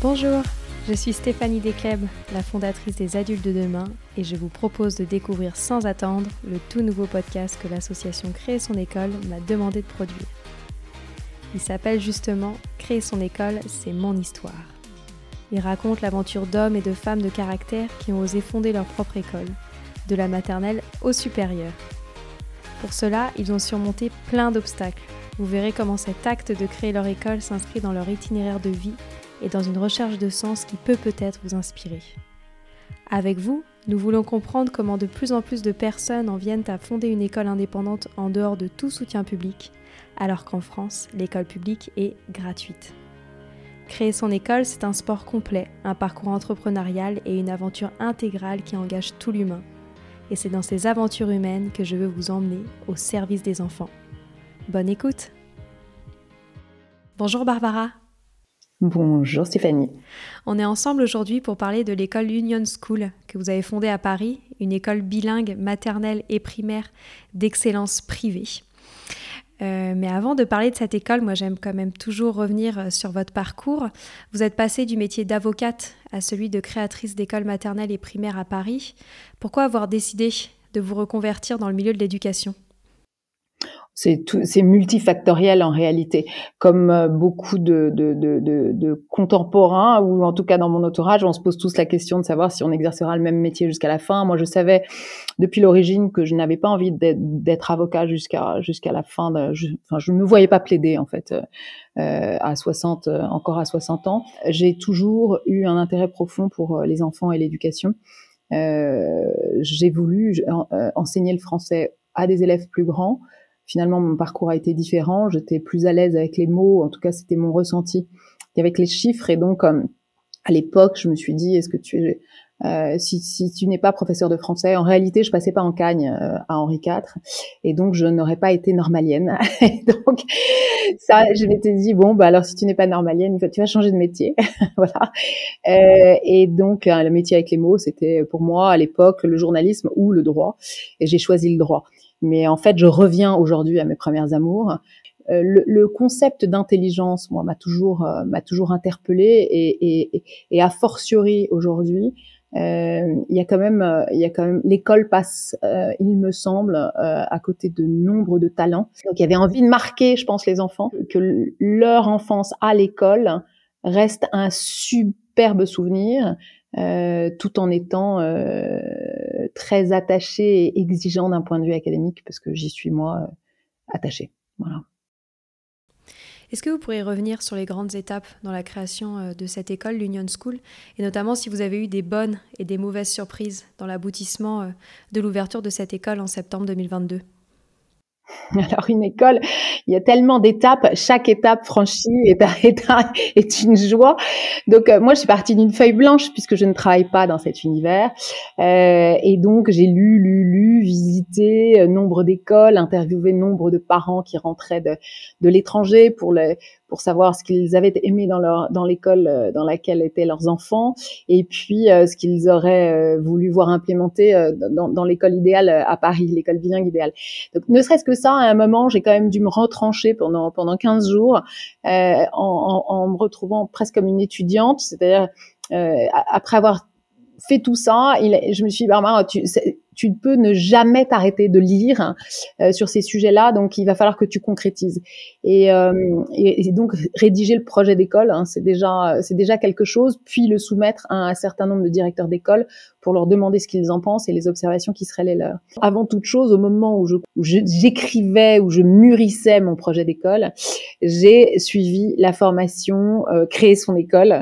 Bonjour, je suis Stéphanie Descleb, la fondatrice des Adultes de demain, et je vous propose de découvrir sans attendre le tout nouveau podcast que l'association Créer son école m'a demandé de produire. Il s'appelle justement Créer son école, c'est mon histoire. Il raconte l'aventure d'hommes et de femmes de caractère qui ont osé fonder leur propre école, de la maternelle au supérieur. Pour cela, ils ont surmonté plein d'obstacles. Vous verrez comment cet acte de créer leur école s'inscrit dans leur itinéraire de vie et dans une recherche de sens qui peut peut-être vous inspirer. Avec vous, nous voulons comprendre comment de plus en plus de personnes en viennent à fonder une école indépendante en dehors de tout soutien public, alors qu'en France, l'école publique est gratuite. Créer son école, c'est un sport complet, un parcours entrepreneurial et une aventure intégrale qui engage tout l'humain. Et c'est dans ces aventures humaines que je veux vous emmener au service des enfants. Bonne écoute! Bonjour Barbara. Bonjour Stéphanie. On est ensemble aujourd'hui pour parler de l'école Union School que vous avez fondée à Paris, une école bilingue maternelle et primaire d'excellence privée. Mais avant de parler de cette école, moi j'aime quand même toujours revenir sur votre parcours. Vous êtes passée du métier d'avocate à celui de créatrice d'école maternelle et primaire à Paris. Pourquoi avoir décidé de vous reconvertir dans le milieu de l'éducation ? C'est multifactoriel en réalité. Comme beaucoup de contemporains, ou en tout cas dans mon entourage, on se pose tous la question de savoir si on exercera le même métier jusqu'à la fin. Moi, je savais depuis l'origine que je n'avais pas envie d'être avocat jusqu'à la fin. Je ne me voyais pas plaider en fait encore à 60 ans. J'ai toujours eu un intérêt profond pour les enfants et l'éducation. J'ai voulu enseigner le français à des élèves plus grands. Finalement, mon parcours a été différent. J'étais plus à l'aise avec les mots. En tout cas, c'était mon ressenti qu'avec les chiffres. Et donc, à l'époque, je me suis dit, est-ce que si tu n'es pas professeur de français, en réalité, je passais pas en Cagne à Henri IV, et donc je n'aurais pas été normalienne. Et donc, ça, je m'étais dit, bon, alors si tu n'es pas normalienne, tu vas changer de métier, voilà. Et donc, le métier avec les mots, c'était pour moi à l'époque le journalisme ou le droit, et j'ai choisi le droit. Mais en fait, je reviens aujourd'hui à mes premières amours. Le concept d'intelligence, moi, m'a toujours interpellée, et a fortiori aujourd'hui, il y a quand même l'école passe, il me semble, à côté de nombre de talents. Donc, il y avait envie de marquer, je pense, les enfants, que leur enfance à l'école reste un superbe souvenir, tout en étant très attaché et exigeant d'un point de vue académique, parce que j'y suis moi attachée. Voilà. Est-ce que vous pourriez revenir sur les grandes étapes dans la création de cette école, l'Union School, et notamment si vous avez eu des bonnes et des mauvaises surprises dans l'aboutissement de l'ouverture de cette école en septembre 2022 ? Alors, une école, il y a tellement d'étapes. Chaque étape franchie est une joie. Donc, moi, je suis partie d'une feuille blanche puisque je ne travaille pas dans cet univers. Et donc, j'ai lu, visité nombre d'écoles, interviewé nombre de parents qui rentraient de l'étranger pour savoir ce qu'ils avaient aimé dans l'école dans laquelle étaient leurs enfants, et puis ce qu'ils auraient voulu voir implémenté dans l'école idéale à Paris, l'école bilingue idéale. Donc, ne serait-ce que ça, à un moment, j'ai quand même dû me retrancher pendant 15 jours en me retrouvant presque comme une étudiante, c'est-à-dire après avoir fait tout ça, je me suis dit, Barbara, tu peux ne jamais t'arrêter de lire sur ces sujets-là, donc il va falloir que tu concrétises. Et donc rédiger le projet d'école, c'est déjà quelque chose, puis le soumettre à un certain nombre de directeurs d'école pour leur demander ce qu'ils en pensent et les observations qui seraient les leurs. Avant toute chose, au moment où j'écrivais, où je mûrissais mon projet d'école, j'ai suivi la formation Créer son école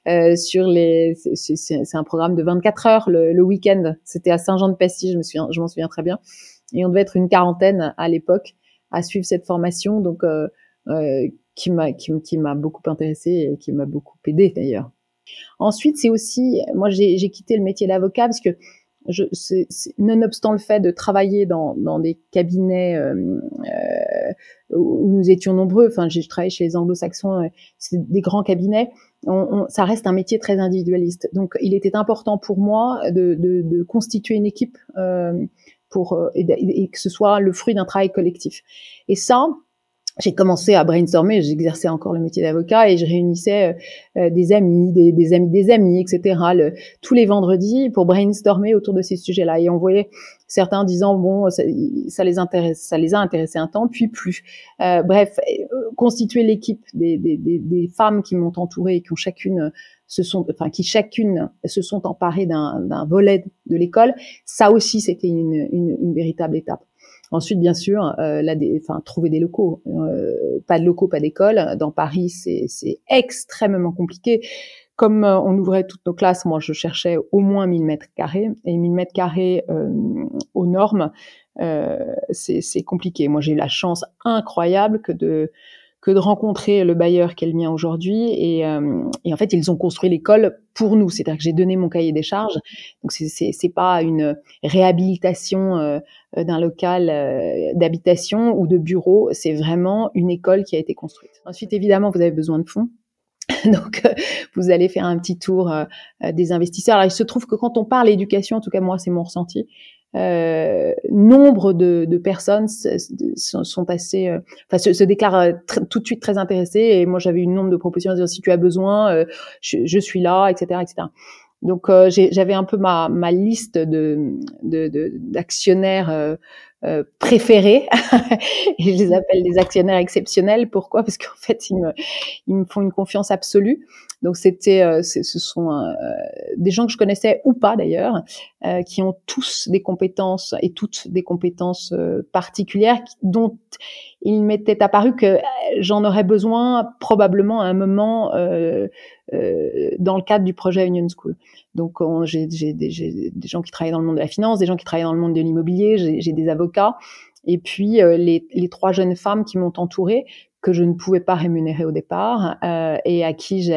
c'est un programme de 24 heures le week-end. C'était à Saint-Jean-de-Passy, je m'en souviens très bien. Et on devait être une quarantaine à l'époque à suivre cette formation, donc qui m'a beaucoup intéressée et qui m'a beaucoup aidée d'ailleurs. Ensuite, c'est aussi, moi j'ai quitté le métier d'avocat parce que nonobstant le fait de travailler dans des cabinets où nous étions nombreux, enfin j'ai travaillé chez les Anglo-Saxons, c'est des grands cabinets, ça reste un métier très individualiste. Donc il était important pour moi de constituer une équipe et que ce soit le fruit d'un travail collectif. Et ça, j'ai commencé à brainstormer, j'exerçais encore le métier d'avocat et je réunissais des amis, des amis des amis, etc. Tous les vendredis pour brainstormer autour de ces sujets-là. Et on voyait certains disant bon, ça les a intéressés un temps, puis plus. Bref, constituer l'équipe des femmes qui m'ont entourée et qui ont chacune qui chacune se sont emparées d'un volet de l'école. Ça aussi, c'était une véritable étape. Ensuite, bien sûr, trouver des locaux. Pas de locaux, pas d'école. Dans Paris, c'est extrêmement compliqué. Comme on ouvrait toutes nos classes, moi, je cherchais au moins 1000 mètres carrés. Et 1000 mètres carrés aux normes, c'est compliqué. Moi, j'ai eu la chance incroyable que de rencontrer le bailleur qui est le mien aujourd'hui. Et en fait, ils ont construit l'école pour nous. C'est-à-dire que j'ai donné mon cahier des charges. Donc, c'est pas une réhabilitation d'un local d'habitation ou de bureau. C'est vraiment une école qui a été construite. Ensuite, évidemment, vous avez besoin de fonds. Donc, vous allez faire un petit tour des investisseurs. Alors, il se trouve que quand on parle éducation, en tout cas, moi, c'est mon ressenti, nombre de personnes sont assez, se déclarent tout de suite très intéressées. Et moi, j'avais une nombre de propositions de dire si tu as besoin, je suis là, etc., etc. Donc, j'avais un peu ma liste d'actionnaires préférés. Et je les appelle les actionnaires exceptionnels. Pourquoi? Parce qu'en fait, ils me font une confiance absolue. Donc, ce sont des gens que je connaissais ou pas d'ailleurs, qui ont tous des compétences et toutes des compétences particulières dont il m'était apparu que j'en aurais besoin probablement à un moment dans le cadre du projet Union School. Donc, j'ai des gens qui travaillent dans le monde de la finance, des gens qui travaillent dans le monde de l'immobilier, j'ai des avocats, et puis les 3 jeunes femmes qui m'ont entourée, que je ne pouvais pas rémunérer au départ, et à qui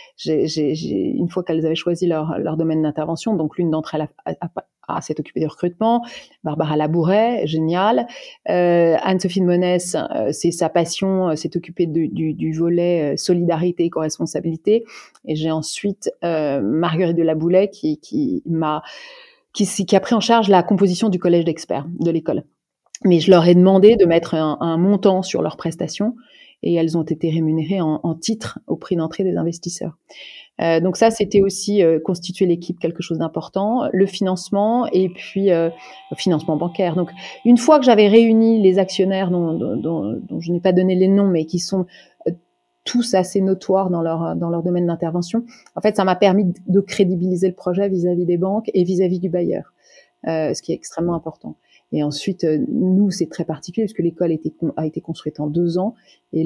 une fois qu'elles avaient choisi leur domaine d'intervention, donc l'une d'entre elles s'est occupée du recrutement, Barbara Labouret, géniale, Anne-Sophie de Monès, c'est sa passion, s'est occupée du volet solidarité et co-responsabilité, et j'ai ensuite Marguerite de Laboulet qui a pris en charge la composition du collège d'experts de l'école. Mais je leur ai demandé de mettre un montant sur leurs prestations et elles ont été rémunérées en titres au prix d'entrée des investisseurs. Donc ça, c'était aussi constituer l'équipe quelque chose d'important, le financement et puis le financement bancaire. Donc une fois que j'avais réuni les actionnaires dont je n'ai pas donné les noms, mais qui sont tous assez notoires dans leur domaine d'intervention, en fait, ça m'a permis de crédibiliser le projet vis-à-vis des banques et vis-à-vis du bailleur, ce qui est extrêmement important. Et ensuite, nous, c'est très particulier parce que l'école a été construite en 2 ans et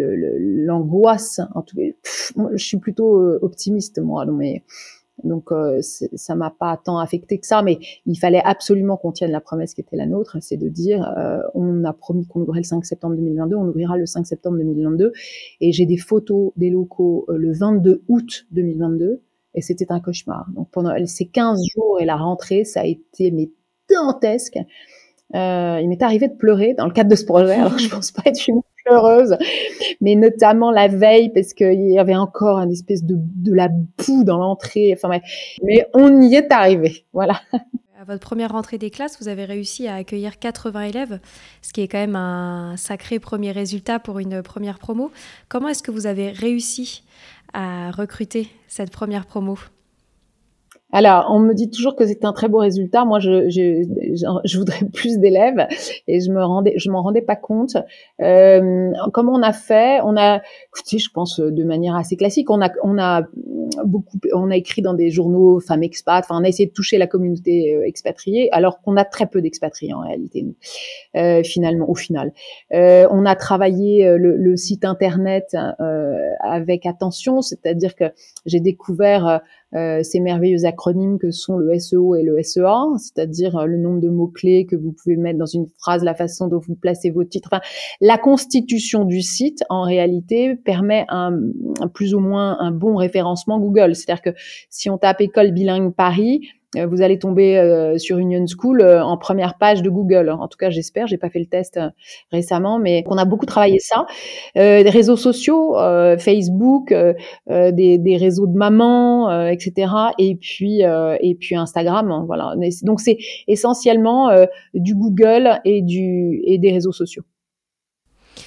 l'angoisse, en tout cas, je suis plutôt optimiste, moi, donc ça m'a pas tant affecté que ça, mais il fallait absolument qu'on tienne la promesse qui était la nôtre, c'est de dire on a promis qu'on ouvrirait le 5 septembre 2022, on ouvrira le 5 septembre 2022, et j'ai des photos des locaux le 22 août 2022, et c'était un cauchemar. Donc pendant ces 15 jours et la rentrée, ça a été dantesque. Il m'est arrivé de pleurer dans le cadre de ce projet, alors je pense pas être une pleureuse, mais notamment la veille parce qu'il y avait encore une espèce de la boue dans l'entrée. Enfin, mais on y est arrivé, voilà. À votre première rentrée des classes, vous avez réussi à accueillir 80 élèves, ce qui est quand même un sacré premier résultat pour une première promo. Comment est-ce que vous avez réussi à recruter cette première promo ? Alors, on me dit toujours que c'est un très beau résultat. Moi, je voudrais plus d'élèves et je m'en rendais pas compte. Comment on a fait? Écoutez, je pense de manière assez classique. On a écrit dans des journaux femmes expat. Enfin, on a essayé de toucher la communauté expatriée, alors qu'on a très peu d'expatriés en réalité, nous. Au final. On a travaillé le site internet avec attention, c'est-à-dire que j'ai découvert ces merveilleux acronymes que sont le SEO et le SEA, c'est-à-dire le nombre de mots-clés que vous pouvez mettre dans une phrase, la façon dont vous placez vos titres. Enfin, la constitution du site, en réalité, permet plus ou moins un bon référencement Google. C'est-à-dire que si on tape école bilingue Paris, vous allez tomber sur Union School en première page de Google. En tout cas, j'espère. J'ai pas fait le test récemment, mais on a beaucoup travaillé ça. Des réseaux sociaux, Facebook, des réseaux de mamans, etc. Et puis Instagram. Hein, voilà. Donc c'est essentiellement du Google et des réseaux sociaux.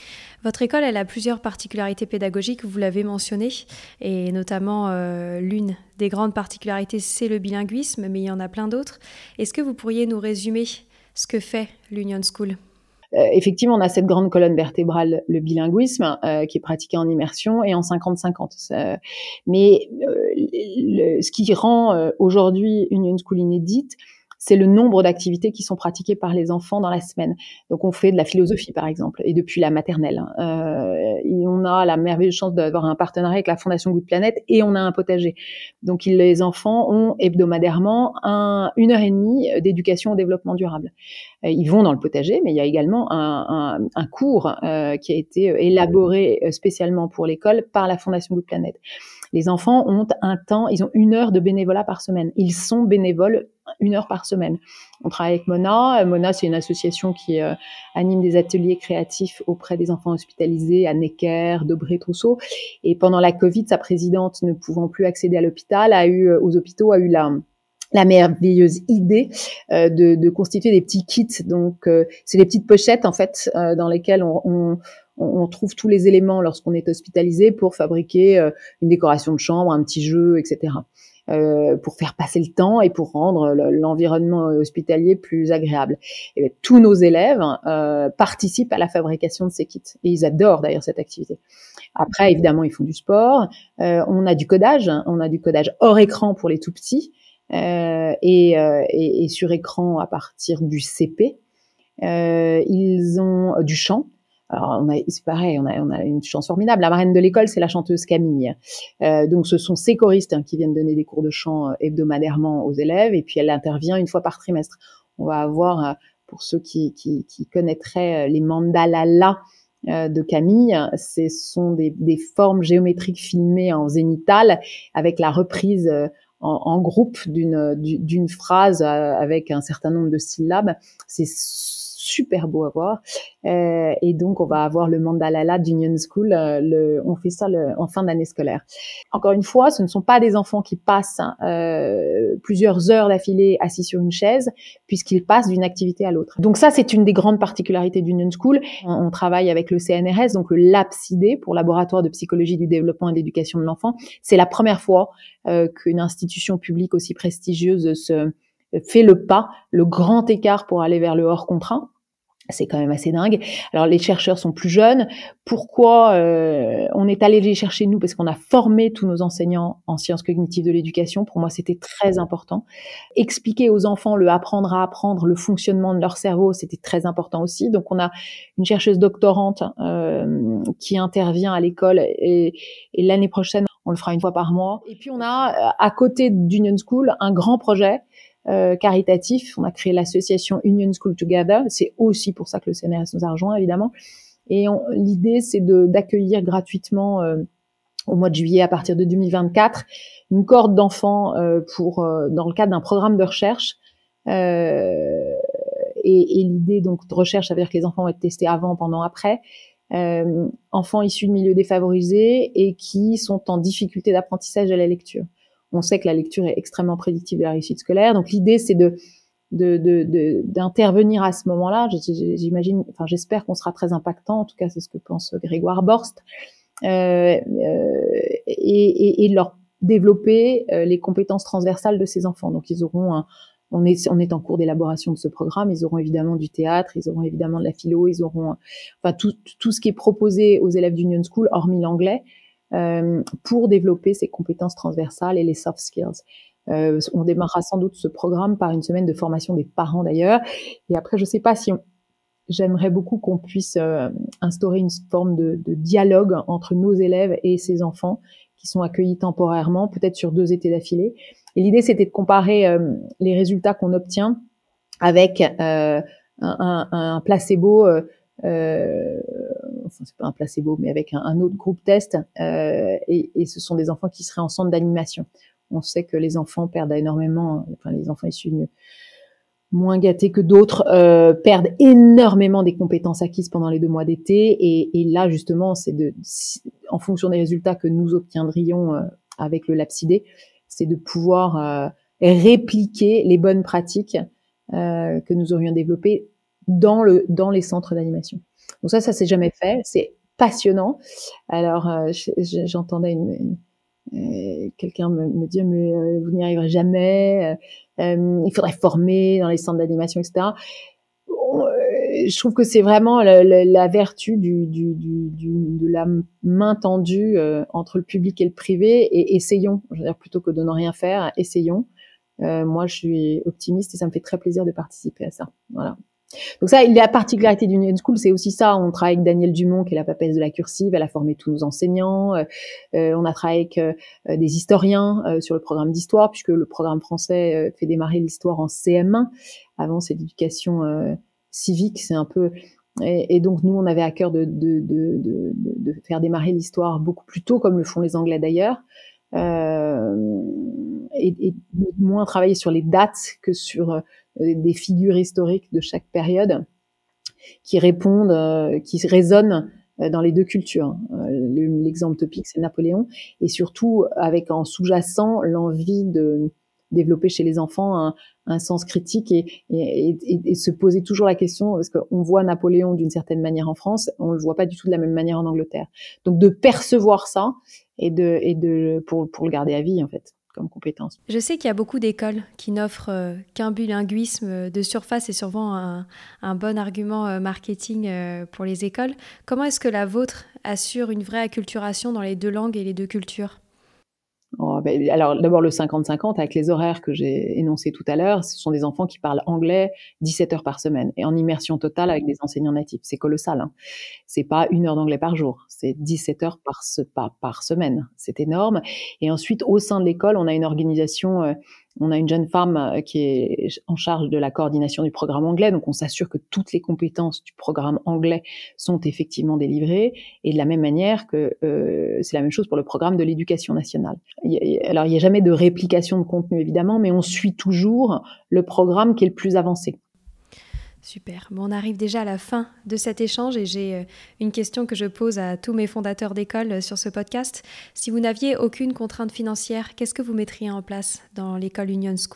Votre école, elle a plusieurs particularités pédagogiques, vous l'avez mentionné, et notamment l'une des grandes particularités, c'est le bilinguisme, mais il y en a plein d'autres. Est-ce que vous pourriez nous résumer ce que fait l'Union School ? Effectivement, on a cette grande colonne vertébrale, le bilinguisme, qui est pratiqué en immersion et en 50-50. Mais ce qui rend aujourd'hui Union School inédite, c'est le nombre d'activités qui sont pratiquées par les enfants dans la semaine. Donc, on fait de la philosophie, par exemple, et depuis la maternelle. Et on a la merveilleuse chance d'avoir un partenariat avec la Fondation Good Planet et on a un potager. Donc, les enfants ont hebdomadairement 1h30 d'éducation au développement durable. Ils vont dans le potager, mais il y a également un cours qui a été élaboré spécialement pour l'école par la Fondation Good Planet. Les enfants ont un temps, ils ont 1 heure de bénévolat par semaine. Ils sont bénévoles 1 heure par semaine. On travaille avec Mona. Mona, c'est une association qui anime des ateliers créatifs auprès des enfants hospitalisés à Necker, Debré-Trousseau. Et pendant la Covid, sa présidente, ne pouvant plus accéder à l'hôpital, aux hôpitaux, a eu la merveilleuse idée de constituer des petits kits. Donc, c'est des petites pochettes, en fait, dans lesquelles on trouve tous les éléments lorsqu'on est hospitalisé pour fabriquer une décoration de chambre, un petit jeu, etc. Pour faire passer le temps et pour rendre l'environnement hospitalier plus agréable. Et tous nos élèves participent à la fabrication de ces kits. Et ils adorent d'ailleurs cette activité. Après, évidemment, ils font du sport. On a du codage. On a du codage hors écran pour les tout petits. Et sur écran à partir du CP. Ils ont du chant. Alors, c'est pareil, on a une chance formidable. La marraine de l'école, c'est la chanteuse Camille. Donc, ce sont ces choristes qui viennent donner des cours de chant hebdomadairement aux élèves, et puis elle intervient 1 fois par trimestre. On va avoir, pour ceux qui connaîtraient les mandalas de Camille, ce sont des formes géométriques filmées en zénithal avec la reprise en groupe d'une phrase avec un certain nombre de syllabes. C'est super beau à voir. Et donc, on va avoir le mandalala d'Union School. On fait ça en fin d'année scolaire. Encore une fois, ce ne sont pas des enfants qui passent plusieurs heures d'affilée assis sur une chaise, puisqu'ils passent d'une activité à l'autre. Donc ça, c'est une des grandes particularités d'Union School. On travaille avec le CNRS, donc le LAPSID, pour Laboratoire de Psychologie du Développement et de l'Éducation de l'Enfant. C'est la première fois qu'une institution publique aussi prestigieuse fait le pas, le grand écart pour aller vers le hors contrat. C'est quand même assez dingue. Alors, les chercheurs sont plus jeunes. Pourquoi on est allé les chercher, nous? Parce qu'on a formé tous nos enseignants en sciences cognitives de l'éducation. Pour moi, c'était très important. Expliquer aux enfants le apprendre à apprendre, le fonctionnement de leur cerveau, c'était très important aussi. Donc, on a une chercheuse doctorante qui intervient à l'école et l'année prochaine, on le fera 1 fois par mois. Et puis, on a, à côté d'Union School, un grand projet caritatif. On a créé l'association Union School Together. C'est aussi pour ça que le CNRS nous a rejoints, évidemment. Et l'idée, c'est d'accueillir gratuitement au mois de juillet, à partir de 2024, une cohorte d'enfants dans le cadre d'un programme de recherche. Et l'idée donc de recherche, ça veut dire que les enfants vont être testés avant, pendant, après. Enfants issus de milieux défavorisés et qui sont en difficulté d'apprentissage de la lecture. On sait que la lecture est extrêmement prédictive de la réussite scolaire. Donc, l'idée, c'est d'intervenir à ce moment-là. J'espère qu'on sera très impactant. En tout cas, c'est ce que pense Grégoire Borst. Et de leur développer les compétences transversales de ces enfants. Donc, ils auront on est en cours d'élaboration de ce programme. Ils auront évidemment du théâtre, ils auront évidemment de la philo, ils auront tout ce qui est proposé aux élèves d'Union School, hormis l'anglais, pour développer ces compétences transversales et les soft skills. On démarrera sans doute ce programme par une semaine de formation des parents d'ailleurs. Et après, je sais pas si j'aimerais beaucoup qu'on puisse instaurer une forme de dialogue entre nos élèves et ces enfants qui sont accueillis temporairement, peut-être sur 2 étés d'affilée. Et l'idée, c'était de comparer les résultats qu'on obtient avec un placebo, c'est pas un placebo, mais avec un autre groupe test, et ce sont des enfants qui seraient en centre d'animation. On sait que les enfants perdent énormément, les enfants issus moins gâtés que d'autres perdent énormément des compétences acquises pendant les 2 mois d'été, et là justement, c'est en fonction des résultats que nous obtiendrions avec le LAPSID, c'est de pouvoir répliquer les bonnes pratiques que nous aurions développées dans les centres d'animation. Donc ça s'est jamais fait. C'est passionnant. Alors, j'entendais quelqu'un me dire mais vous n'y arriverez jamais, il faudrait former dans les centres d'animation, etc. Je trouve que c'est vraiment la vertu de la main tendue entre le public et le privé, et essayons, je veux dire, plutôt que de ne rien faire, essayons. Moi, je suis optimiste et ça me fait très plaisir de participer à ça. Voilà. Donc ça, la particularité d'Union School, c'est aussi ça. On travaille avec Danielle Dumont, qui est la papesse de la cursive. Elle a formé tous nos enseignants. On a travaillé avec des historiens sur le programme d'histoire, puisque le programme français fait démarrer l'histoire en CM1. Avant, c'est l'éducation civique. C'est un peu... Et donc, nous, on avait à cœur de faire démarrer l'histoire beaucoup plus tôt, comme le font les Anglais d'ailleurs. Et moins travailler sur les dates que sur des figures historiques de chaque période qui répondent, qui résonnent dans les deux cultures. L'exemple topique, c'est Napoléon, et surtout avec en sous-jacent l'envie de développer chez les enfants un sens critique et se poser toujours la question, parce qu'on voit Napoléon d'une certaine manière en France, on le voit pas du tout de la même manière en Angleterre. Donc de percevoir ça et pour le garder à vie en fait, comme compétence. Je sais qu'il y a beaucoup d'écoles qui n'offrent qu'un bilinguisme de surface et souvent un bon argument marketing pour les écoles. Comment est-ce que la vôtre assure une vraie acculturation dans les deux langues et les deux cultures ? Alors d'abord le 50-50 avec les horaires que j'ai énoncés tout à l'heure, ce sont des enfants qui parlent anglais 17 heures par semaine et en immersion totale avec des enseignants natifs. C'est colossal, hein. C'est pas 1 heure d'anglais par jour, c'est 17 heures par semaine. C'est énorme. Et ensuite, au sein de l'école, on a une organisation, on a une jeune femme qui est en charge de la coordination du programme anglais, donc on s'assure que toutes les compétences du programme anglais sont effectivement délivrées, et de la même manière que c'est la même chose pour le programme de l'éducation nationale. Alors, il n'y a jamais de réplication de contenu, évidemment, mais on suit toujours le programme qui est le plus avancé. Super. Bon, on arrive déjà à la fin de cet échange et j'ai une question que je pose à tous mes fondateurs d'école sur ce podcast. Si vous n'aviez aucune contrainte financière, qu'est-ce que vous mettriez en place dans l'école Union School ?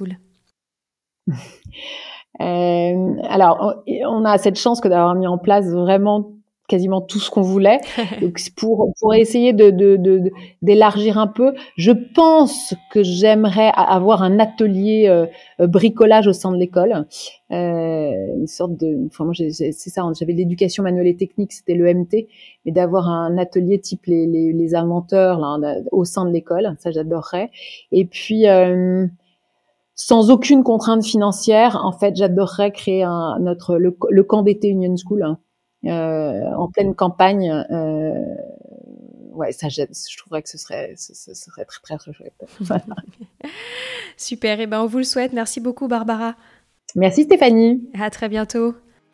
Alors, on a cette chance que d'avoir mis en place vraiment quasiment tout ce qu'on voulait. Donc, pour essayer d'élargir un peu, je pense que j'aimerais avoir un atelier bricolage au sein de l'école. Une sorte moi, c'est ça, j'avais l'éducation manuelle et technique, c'était le MT, mais d'avoir un atelier type les inventeurs là, au sein de l'école, ça j'adorerais. Et puis, sans aucune contrainte financière, en fait, j'adorerais créer le camp d'été Union School, hein, en pleine campagne. Ouais, ça, je trouverais que ce serait très, très, très chouette. Super, et on vous le souhaite. Merci beaucoup, Barbara. Merci, Stéphanie. À très bientôt.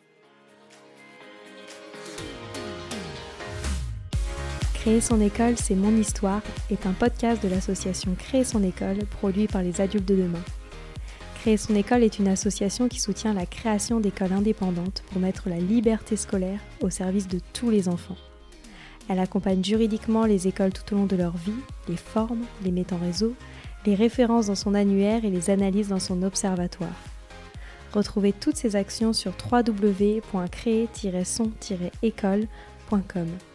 Créer son école, c'est mon histoire est un podcast de l'association Créer son école, produit par les adultes de demain. Créer son école est une association qui soutient la création d'écoles indépendantes pour mettre la liberté scolaire au service de tous les enfants. Elle accompagne juridiquement les écoles tout au long de leur vie, les forme, les met en réseau, les référence dans son annuaire et les analyse dans son observatoire. Retrouvez toutes ces actions sur www.créer-son-école.com.